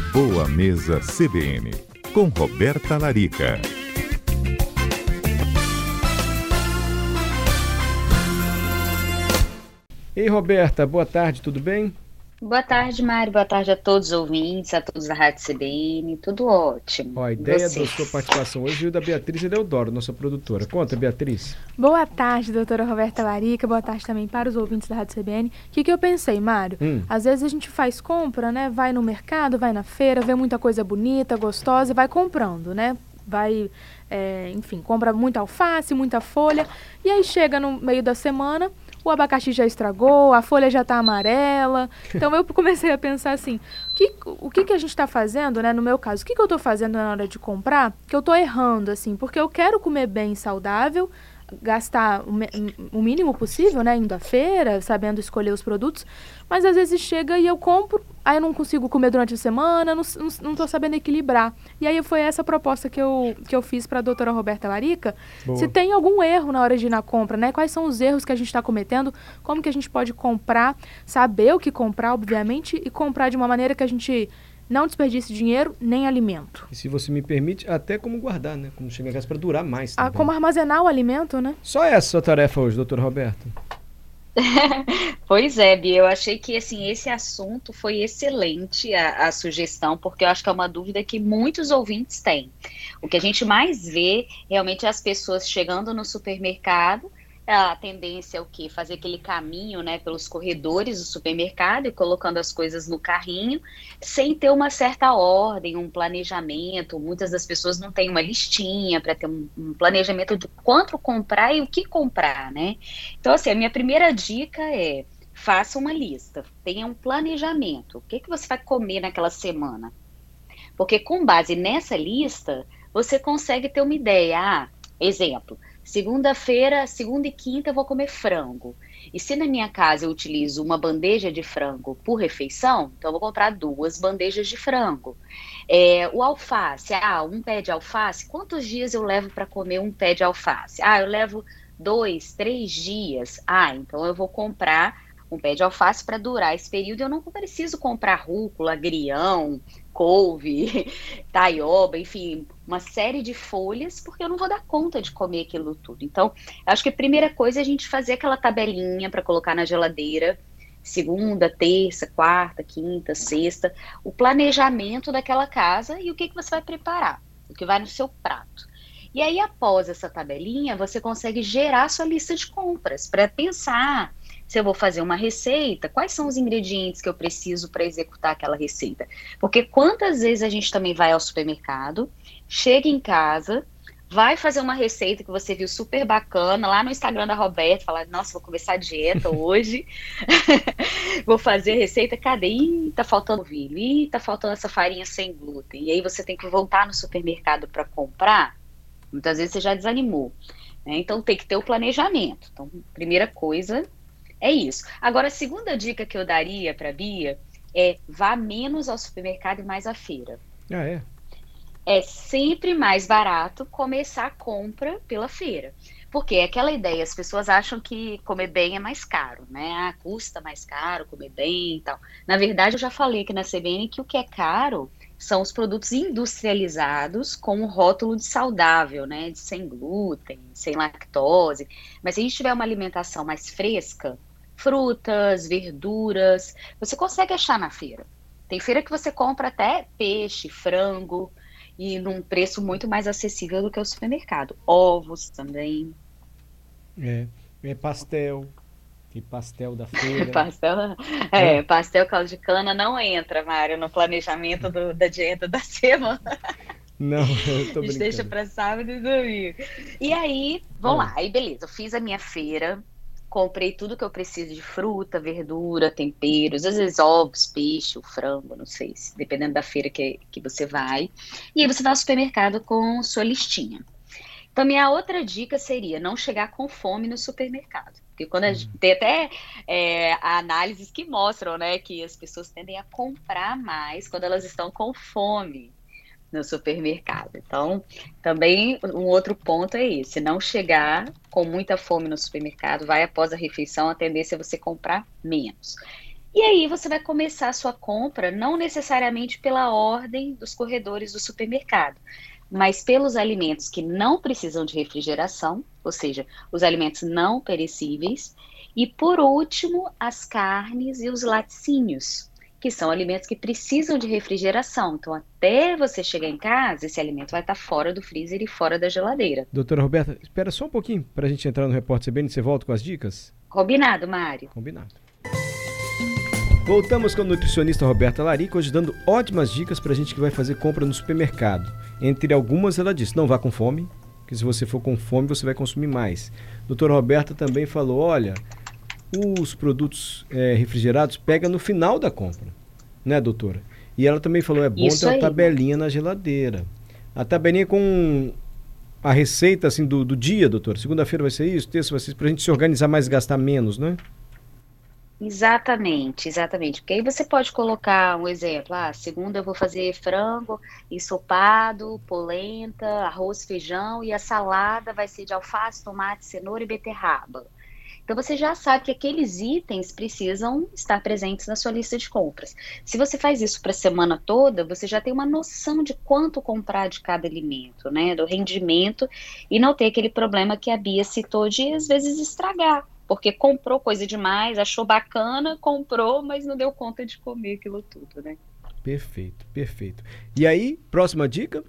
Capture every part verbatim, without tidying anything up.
Boa Mesa C B N, com Roberta Larica. Ei, Roberta, boa tarde, tudo bem? Boa tarde, Mário. Boa tarde a todos os ouvintes, a todos da Rádio C B N. Tudo ótimo. Ó, a ideia da sua participação hoje veio da Beatriz Edeodoro, nossa produtora. Conta, Beatriz. Boa tarde, doutora Roberta Larica. Boa tarde também para os ouvintes da Rádio C B N. O que, que eu pensei, Mário? Hum. Às vezes a gente faz compra, né? Vai no mercado, vai na feira, vê muita coisa bonita, gostosa e vai comprando, né? Vai, é, enfim, compra muita alface, muita folha. E aí chega no meio da semana, o abacaxi já estragou, a folha já está amarela. Então eu comecei a pensar assim, que, o que, que a gente está fazendo, né? No meu caso, o que, que eu estou fazendo na hora de comprar? Que eu estou errando, assim, porque eu quero comer bem saudável, gastar o, o mínimo possível, né? Indo à feira, sabendo escolher os produtos, mas às vezes chega e eu compro, aí eu não consigo comer durante a semana, não, não, não tô sabendo equilibrar. E aí foi essa proposta que eu, que eu fiz para a doutora Roberta Larica. Boa. Se tem algum erro na hora de ir na compra, né? Quais são os erros que a gente está cometendo, como que a gente pode comprar, saber o que comprar, obviamente, e comprar de uma maneira que a gente não desperdice dinheiro nem alimento. E se você me permite, até como guardar, né? Como chegar em casa para durar mais também. Ah, como armazenar o alimento, né? Só essa a sua tarefa hoje, doutora Roberta. Pois é, Bia, eu achei que assim, esse assunto foi excelente, a, a sugestão, porque eu acho que é uma dúvida que muitos ouvintes têm. O que a gente mais vê realmente é as pessoas chegando no supermercado. A tendência é o quê? Fazer aquele caminho, né, pelos corredores do supermercado e colocando as coisas no carrinho, sem ter uma certa ordem, um planejamento. Muitas das pessoas não têm uma listinha para ter um, um planejamento de quanto comprar e o que comprar, né? Então, assim, a minha primeira dica é: faça uma lista, tenha um planejamento. O que, que você vai comer naquela semana? Porque com base nessa lista, você consegue ter uma ideia. Ah, exemplo, segunda-feira, segunda e quinta eu vou comer frango. E se na minha casa eu utilizo uma bandeja de frango por refeição, então eu vou comprar duas bandejas de frango. É, o alface, ah, um pé de alface, quantos dias eu levo para comer um pé de alface? Ah, eu levo dois, três dias. Ah, então eu vou comprar um pé de alface para durar esse período. Eu não preciso comprar rúcula, agrião, couve, taioba, enfim, uma série de folhas, porque eu não vou dar conta de comer aquilo tudo. Então, acho que a primeira coisa é a gente fazer aquela tabelinha para colocar na geladeira, segunda, terça, quarta, quinta, sexta, o planejamento daquela casa e o que, que você vai preparar, o que vai no seu prato. E aí, após essa tabelinha, você consegue gerar sua lista de compras para pensar se eu vou fazer uma receita, quais são os ingredientes que eu preciso para executar aquela receita. Porque quantas vezes a gente também vai ao supermercado, chega em casa, vai fazer uma receita que você viu super bacana, lá no Instagram da Roberta, fala, nossa, vou começar a dieta hoje, vou fazer a receita, cadê? Ih, tá faltando milho, ih, tá faltando essa farinha sem glúten. E aí você tem que voltar no supermercado para comprar, muitas vezes você já desanimou, né? Então tem que ter o planejamento. Então, primeira coisa é isso. Agora, a segunda dica que eu daria para a Bia é: vá menos ao supermercado e mais à feira. Ah, é? É sempre mais barato começar a compra pela feira. Porque é aquela ideia, as pessoas acham que comer bem é mais caro, né? Ah, custa mais caro comer bem e tal. Na verdade, eu já falei aqui na C B N que o que é caro são os produtos industrializados com o rótulo de saudável, né? De sem glúten, sem lactose. Mas se a gente tiver uma alimentação mais fresca, frutas, verduras, você consegue achar na feira. Tem feira que você compra até peixe, frango, e num preço muito mais acessível do que o supermercado. Ovos também. É, é pastel. E pastel da feira. pastel, é, é, pastel caldo de cana não entra, Mário, no planejamento do, da dieta da semana. Não, eu tô brincando. A gente deixa para sábado e domingo. E aí, vamos é. lá. Aí, beleza, eu fiz a minha feira, comprei tudo que eu preciso de fruta, verdura, temperos, às vezes ovos, peixe, o frango, não sei, se, dependendo da feira que, que você vai. E aí você vai ao supermercado com sua listinha. Então, minha outra dica seria não chegar com fome no supermercado. Porque quando a gente, tem até é, análises que mostram, né, que as pessoas tendem a comprar mais quando elas estão com fome no supermercado. Então, também um outro ponto é esse: não chegar com muita fome no supermercado, vai após a refeição, a tendência é você comprar menos. E aí você vai começar a sua compra não necessariamente pela ordem dos corredores do supermercado, mas pelos alimentos que não precisam de refrigeração, ou seja, os alimentos não perecíveis, e por último, as carnes e os laticínios, que são alimentos que precisam de refrigeração. Então, até você chegar em casa, esse alimento vai estar fora do freezer e fora da geladeira. Doutora Roberta, espera só um pouquinho para a gente entrar no Repórter C B N e você volta com as dicas? Combinado, Mário? Combinado. Voltamos com a nutricionista Roberta Larica, hoje dando ótimas dicas para a gente que vai fazer compra no supermercado. Entre algumas, ela disse, não vá com fome, que se você for com fome, você vai consumir mais. Doutora Roberta também falou, olha, os produtos é, refrigerados pega no final da compra, né, doutora? E ela também falou, é bom Isso ter uma aí. tabelinha na geladeira. A tabelinha com a receita assim, do, do dia, doutora. Segunda-feira vai ser isso, terça vai ser isso, para a gente se organizar mais e gastar menos, né? Exatamente, exatamente. Porque aí você pode colocar um exemplo, ah, segunda eu vou fazer frango, ensopado, polenta, arroz, feijão e a salada vai ser de alface, tomate, cenoura e beterraba. Então você já sabe que aqueles itens precisam estar presentes na sua lista de compras. Se você faz isso para a semana toda, você já tem uma noção de quanto comprar de cada alimento, né? Do rendimento, e não ter aquele problema que a Bia citou de às vezes estragar. Porque comprou coisa demais, achou bacana, comprou, mas não deu conta de comer aquilo tudo, né? Perfeito, perfeito. E aí, próxima dica?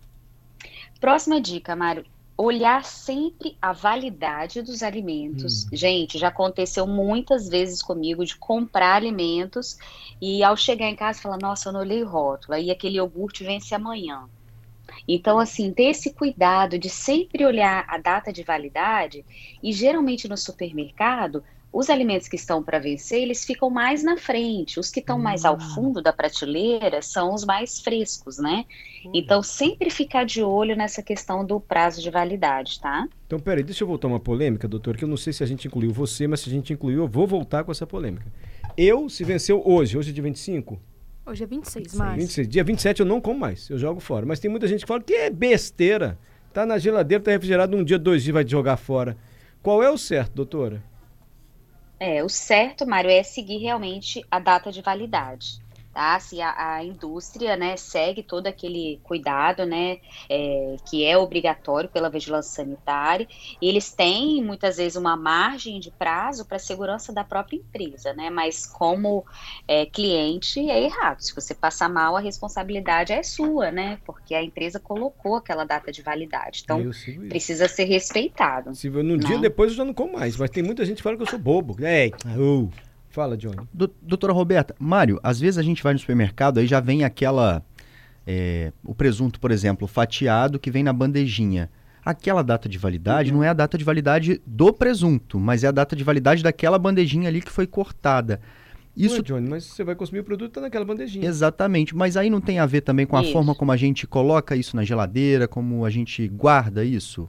Próxima dica, Mário. Olhar sempre a validade dos alimentos. Hum. Gente, já aconteceu muitas vezes comigo de comprar alimentos e ao chegar em casa falar, nossa, eu não olhei o rótulo, aí aquele iogurte vence amanhã. Então, assim, ter esse cuidado de sempre olhar a data de validade e geralmente no supermercado, os alimentos que estão para vencer, eles ficam mais na frente. Os que estão mais ao fundo da prateleira são os mais frescos, né? Então, sempre ficar de olho nessa questão do prazo de validade, tá? Então, peraí, deixa eu voltar uma polêmica, doutor, que eu não sei se a gente incluiu você, mas se a gente incluiu, eu vou voltar com essa polêmica. Eu, se venceu hoje, hoje é dia vinte e cinco? Hoje é vinte e seis, Márcio. vinte e seis. Dia vinte e sete eu não como mais, eu jogo fora. Mas tem muita gente que fala que é besteira. Tá na geladeira, tá refrigerado, um dia, dois dias vai jogar fora. Qual é o certo, doutora? É, o certo, Mário, é seguir realmente a data de validade, tá? Se a, a indústria, né, segue todo aquele cuidado, né, é, que é obrigatório pela vigilância sanitária, e eles têm, muitas vezes, uma margem de prazo para a segurança da própria empresa, né, mas como é, cliente é errado. Se você passar mal, a responsabilidade é sua, né, porque a empresa colocou aquela data de validade, então precisa ser respeitado. Se num dia né? depois eu já não como mais, mas tem muita gente que fala que eu sou bobo. É, uh. Fala, Johnny. Do, doutora Roberta, Mário, às vezes a gente vai no supermercado, aí já vem aquela, é, o presunto, por exemplo, fatiado que vem na bandejinha. Aquela data de validade uhum. não é a data de validade do presunto, mas é a data de validade daquela bandejinha ali que foi cortada. Isso, não é, Johnny, mas você vai consumir o produto, tá naquela bandejinha. Exatamente, mas aí não tem a ver também com a isso. forma como a gente coloca isso na geladeira, como a gente guarda isso?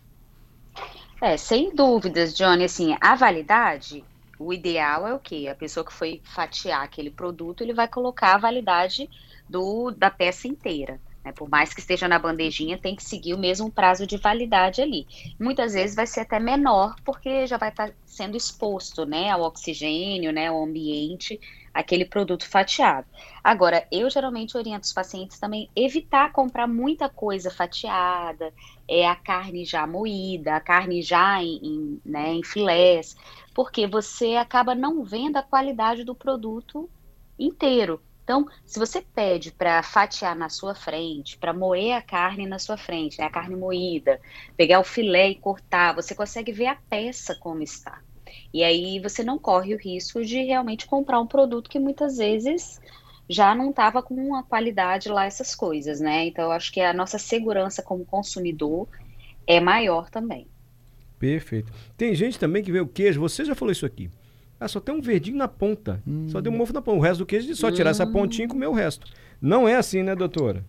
É, sem dúvidas, Johnny, assim, a validade... O ideal é o quê? A pessoa que foi fatiar aquele produto, ele vai colocar a validade do, da peça inteira. Né? Por mais que esteja na bandejinha, tem que seguir o mesmo prazo de validade ali. Muitas vezes vai ser até menor, porque já vai estar sendo exposto, né, ao oxigênio, né, ao ambiente, aquele produto fatiado. Agora, eu geralmente oriento os pacientes também evitar comprar muita coisa fatiada, é a carne já moída, a carne já em, em, né, em filés, porque você acaba não vendo a qualidade do produto inteiro. Então, se você pede para fatiar na sua frente, para moer a carne na sua frente, né, a carne moída, pegar o filé e cortar, você consegue ver a peça como está. E aí você não corre o risco de realmente comprar um produto que muitas vezes já não estava com uma qualidade lá, essas coisas, né? Então, eu acho que a nossa segurança como consumidor é maior também. Perfeito. Tem gente também que vê o queijo, você já falou isso aqui. Ah, só tem um verdinho na ponta. Hum. Só deu um mofo na ponta. O resto do queijo é só tirar hum. essa pontinha e comer o resto. Não é assim, né, doutora?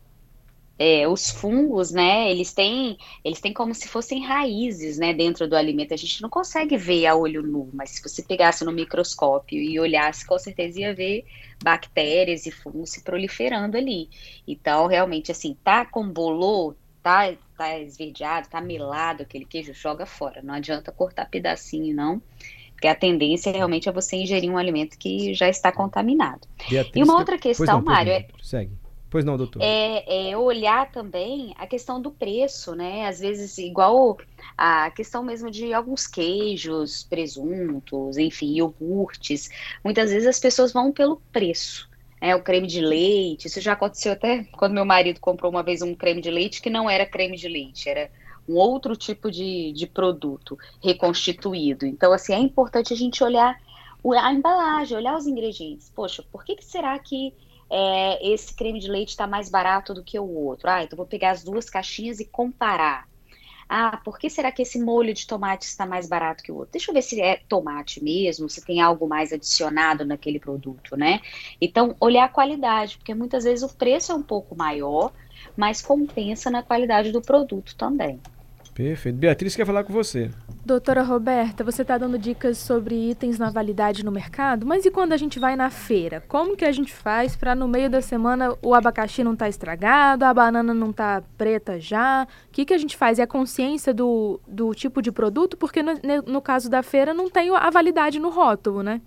É, os fungos, né, eles têm, eles têm como se fossem raízes, né, dentro do alimento. A gente não consegue ver a olho nu, mas se você pegasse no microscópio e olhasse, com certeza ia ver bactérias e fungos se proliferando ali. Então, realmente, assim, tá com bolô, tá, tá esverdeado, tá melado aquele queijo, joga fora. Não adianta cortar pedacinho, não. Porque a tendência realmente é você ingerir um alimento que já está contaminado. Beatriz, e uma outra questão, Mário, é... Segue. Pois não, doutor. É, é olhar também a questão do preço, né? Às vezes, igual a questão mesmo de alguns queijos, presuntos, enfim, iogurtes. Muitas vezes as pessoas vão pelo preço. É, o creme de leite, isso já aconteceu até quando meu marido comprou uma vez um creme de leite que não era creme de leite, era um outro tipo de, de produto reconstituído. Então, assim, é importante a gente olhar a embalagem, olhar os ingredientes. Poxa, por que, que será que é, esse creme de leite está mais barato do que o outro? Ah, então vou pegar as duas caixinhas e comparar. Ah, por que será que esse molho de tomate está mais barato que o outro? Deixa eu ver se é tomate mesmo, se tem algo mais adicionado naquele produto, né? Então, olhar a qualidade, porque muitas vezes o preço é um pouco maior, mas compensa na qualidade do produto também. Perfeito. Beatriz quer falar com você. Doutora Roberta, você está dando dicas sobre itens na validade no mercado, mas e quando a gente vai na feira? Como que a gente faz para no meio da semana o abacaxi não estar tá estragado, a banana não tá preta já? O que, que a gente faz? É a consciência do, do tipo de produto? Porque no, no caso da feira não tem a validade no rótulo, né?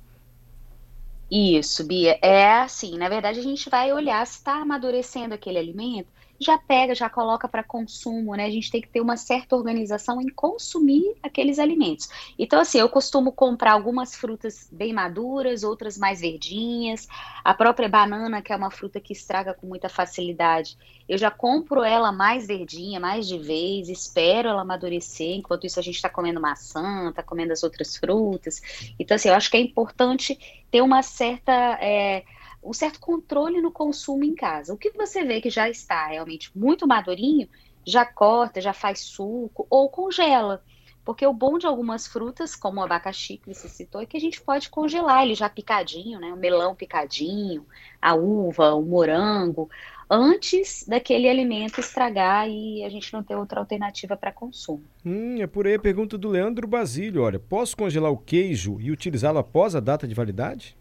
Isso, Bia. É assim, na verdade a gente vai olhar se está amadurecendo aquele alimento, já pega, já coloca para consumo, né? A gente tem que ter uma certa organização em consumir aqueles alimentos. Então, assim, eu costumo comprar algumas frutas bem maduras, outras mais verdinhas. A própria banana, que é uma fruta que estraga com muita facilidade, eu já compro ela mais verdinha, mais de vez, espero ela amadurecer. Enquanto isso, a gente está comendo maçã, está comendo as outras frutas. Então, assim, eu acho que é importante ter uma certa... É, um certo controle no consumo em casa. O que você vê que já está realmente muito madurinho, já corta, já faz suco ou congela. Porque o bom de algumas frutas, como o abacaxi que você citou, é que a gente pode congelar ele já picadinho, né? O melão picadinho, a uva, o morango, antes daquele alimento estragar e a gente não ter outra alternativa para consumo. Hum, é por aí a pergunta do Leandro Basílio. Olha, posso congelar o queijo e utilizá-lo após a data de validade?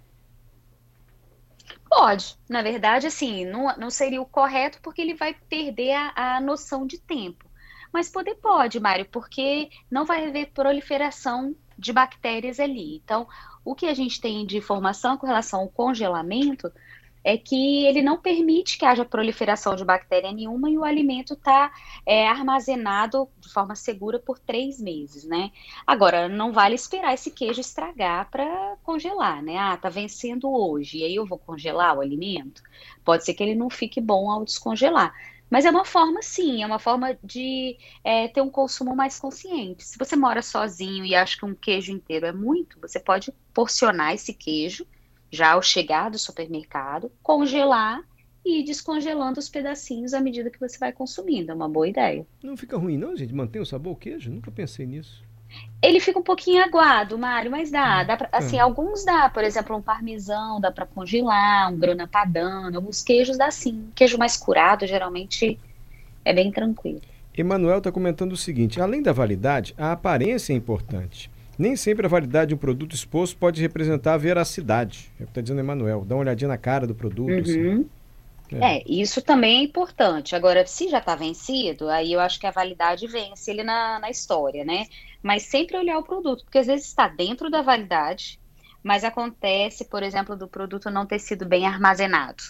Pode. Na verdade, assim, não, não seria o correto porque ele vai perder a, a noção de tempo. Mas poder pode, Mário, porque não vai haver proliferação de bactérias ali. Então, o que a gente tem de informação com relação ao congelamento é que ele não permite que haja proliferação de bactéria nenhuma e o alimento está é, armazenado de forma segura por três meses, né? Agora, não vale esperar esse queijo estragar para congelar, né? Ah, tá vencendo hoje, e aí eu vou congelar o alimento? Pode ser que ele não fique bom ao descongelar. Mas é uma forma, sim, é uma forma de é, ter um consumo mais consciente. Se você mora sozinho e acha que um queijo inteiro é muito, você pode porcionar esse queijo já ao chegar do supermercado, congelar e ir descongelando os pedacinhos à medida que você vai consumindo. É uma boa ideia. Não fica ruim não, gente? Mantém o sabor o queijo? Nunca pensei nisso. Ele fica um pouquinho aguado, Mário, mas dá. dá pra, assim, é. Alguns dá. Por exemplo, um parmesão dá para congelar, um grana padano. Alguns queijos dá sim. Queijo mais curado, geralmente, é bem tranquilo. Emanuel está comentando o seguinte. Além da validade, a aparência é importante. Nem sempre a validade de um produto exposto pode representar a veracidade. É o que está dizendo Emanuel. Dá uma olhadinha na cara do produto. Uhum. Assim. É. é, isso também é importante. Agora, se já está vencido, aí eu acho que a validade vence ele na, na história, né? Mas sempre olhar o produto, porque às vezes está dentro da validade, mas acontece, por exemplo, do produto não ter sido bem armazenado.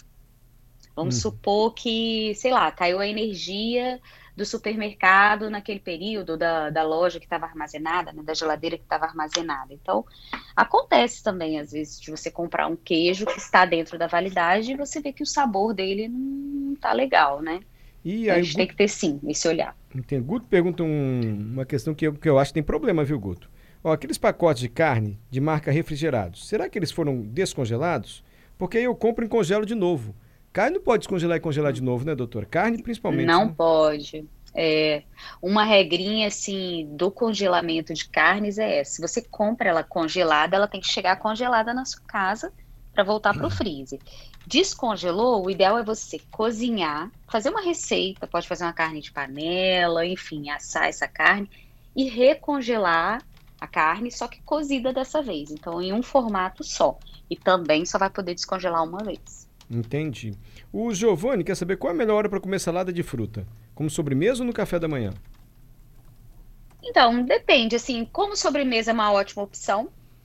Vamos hum. supor que, sei lá, caiu a energia do supermercado naquele período, da, da loja que estava armazenada, né, da geladeira que estava armazenada. Então, acontece também, às vezes, de você comprar um queijo que está dentro da validade e você vê que o sabor dele não está legal, né? E a aí, gente tem que ter, sim, esse olhar. Entendo. Guto pergunta um, uma questão que eu, que eu acho que tem problema, viu, Guto? Ó, aqueles pacotes de carne de marca refrigerados, será que eles foram descongelados? Porque aí eu compro e congelo de novo. Carne não pode descongelar e congelar de novo, né, doutor? Carne, principalmente. Não né? pode. É, uma regrinha, assim, do congelamento de carnes é essa. Se você compra ela congelada, ela tem que chegar congelada na sua casa para voltar para o freezer. Descongelou, o ideal é você cozinhar, fazer uma receita, pode fazer uma carne de panela, enfim, assar essa carne e recongelar a carne, só que cozida dessa vez. Então, em um formato só. E também só vai poder descongelar uma vez. Entendi. O Giovanni quer saber qual é a melhor hora para comer salada de fruta? Como sobremesa ou no café da manhã? Então, depende. Assim, como sobremesa é uma ótima opção,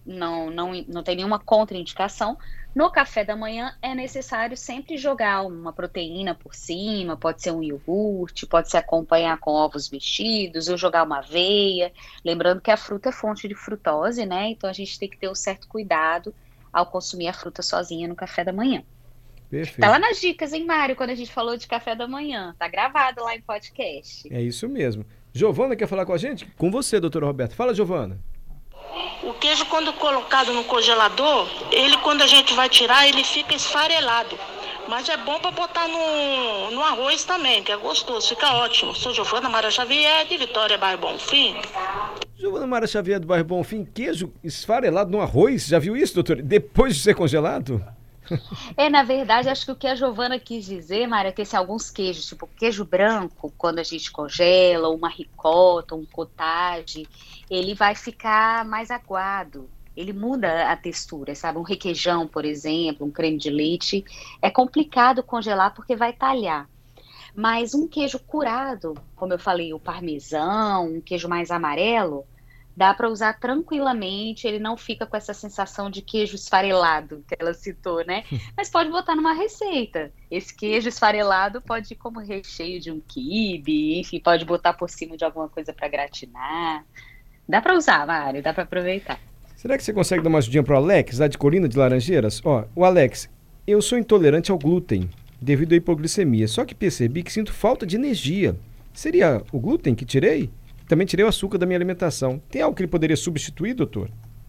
não, não, não tem nenhuma contraindicação. No café da manhã é necessário sempre jogar uma proteína por cima, pode ser um iogurte, pode ser acompanhar com ovos mexidos, ou jogar uma aveia. Lembrando que a fruta é fonte de frutose, né? Então a gente tem que ter um certo cuidado ao consumir a fruta sozinha no café da manhã. Perfeito. Tá lá nas dicas, hein, Mário, quando a gente falou de café da manhã. Tá gravado lá em podcast. É isso mesmo. Giovana quer falar com a gente? Com você, doutora Roberta. Fala, Giovana. O queijo, quando colocado no congelador, ele, quando a gente vai tirar, ele fica esfarelado. Mas é bom para botar no, no arroz também, que é gostoso, fica ótimo. Sou Giovana Mara Xavier, de Vitória, bairro Bonfim. Giovana Mara Xavier, do bairro Bonfim. Queijo esfarelado no arroz? Já viu isso, doutor? Depois de ser congelado? É, na verdade, acho que o que a Giovana quis dizer, Mara, é que assim, alguns queijos, tipo queijo branco, quando a gente congela, uma ricota, um cottage, ele vai ficar mais aguado. Ele muda a textura, sabe? Um requeijão, por exemplo, um creme de leite, é complicado congelar porque vai talhar. Mas um queijo curado, como eu falei, o parmesão, um queijo mais amarelo, dá para usar tranquilamente, ele não fica com essa sensação de queijo esfarelado que ela citou, né? Mas pode botar numa receita. Esse queijo esfarelado pode ir como recheio de um quibe, enfim, pode botar por cima de alguma coisa para gratinar. Dá para usar, Mário, dá para aproveitar. Será que você consegue dar uma ajudinha pro Alex, lá de Colina de Laranjeiras? Ó, o Alex, eu sou intolerante ao glúten devido à hipoglicemia, só que percebi que sinto falta de energia. Seria o glúten que tirei? Também tirei o açúcar da minha alimentação. Tem algo que ele poderia substituir, doutor?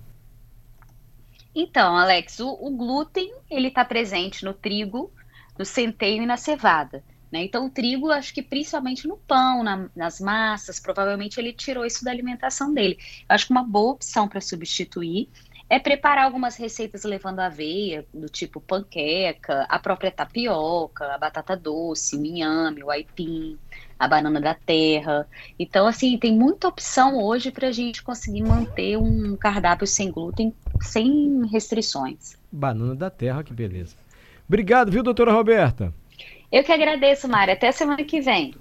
Então, Alex, o, o glúten, ele está presente no trigo, no centeio e na cevada, né? Então, o trigo, acho que principalmente no pão, na, nas massas, provavelmente ele tirou isso da alimentação dele. Eu acho que uma boa opção para substituir é preparar algumas receitas levando aveia, do tipo panqueca, a própria tapioca, a batata doce, o inhame, o aipim, a banana da terra. Então, assim, tem muita opção hoje para a gente conseguir manter um cardápio sem glúten, sem restrições. Banana da terra, que beleza. Obrigado, viu, doutora Roberta? Eu que agradeço, Mari. Até semana que vem.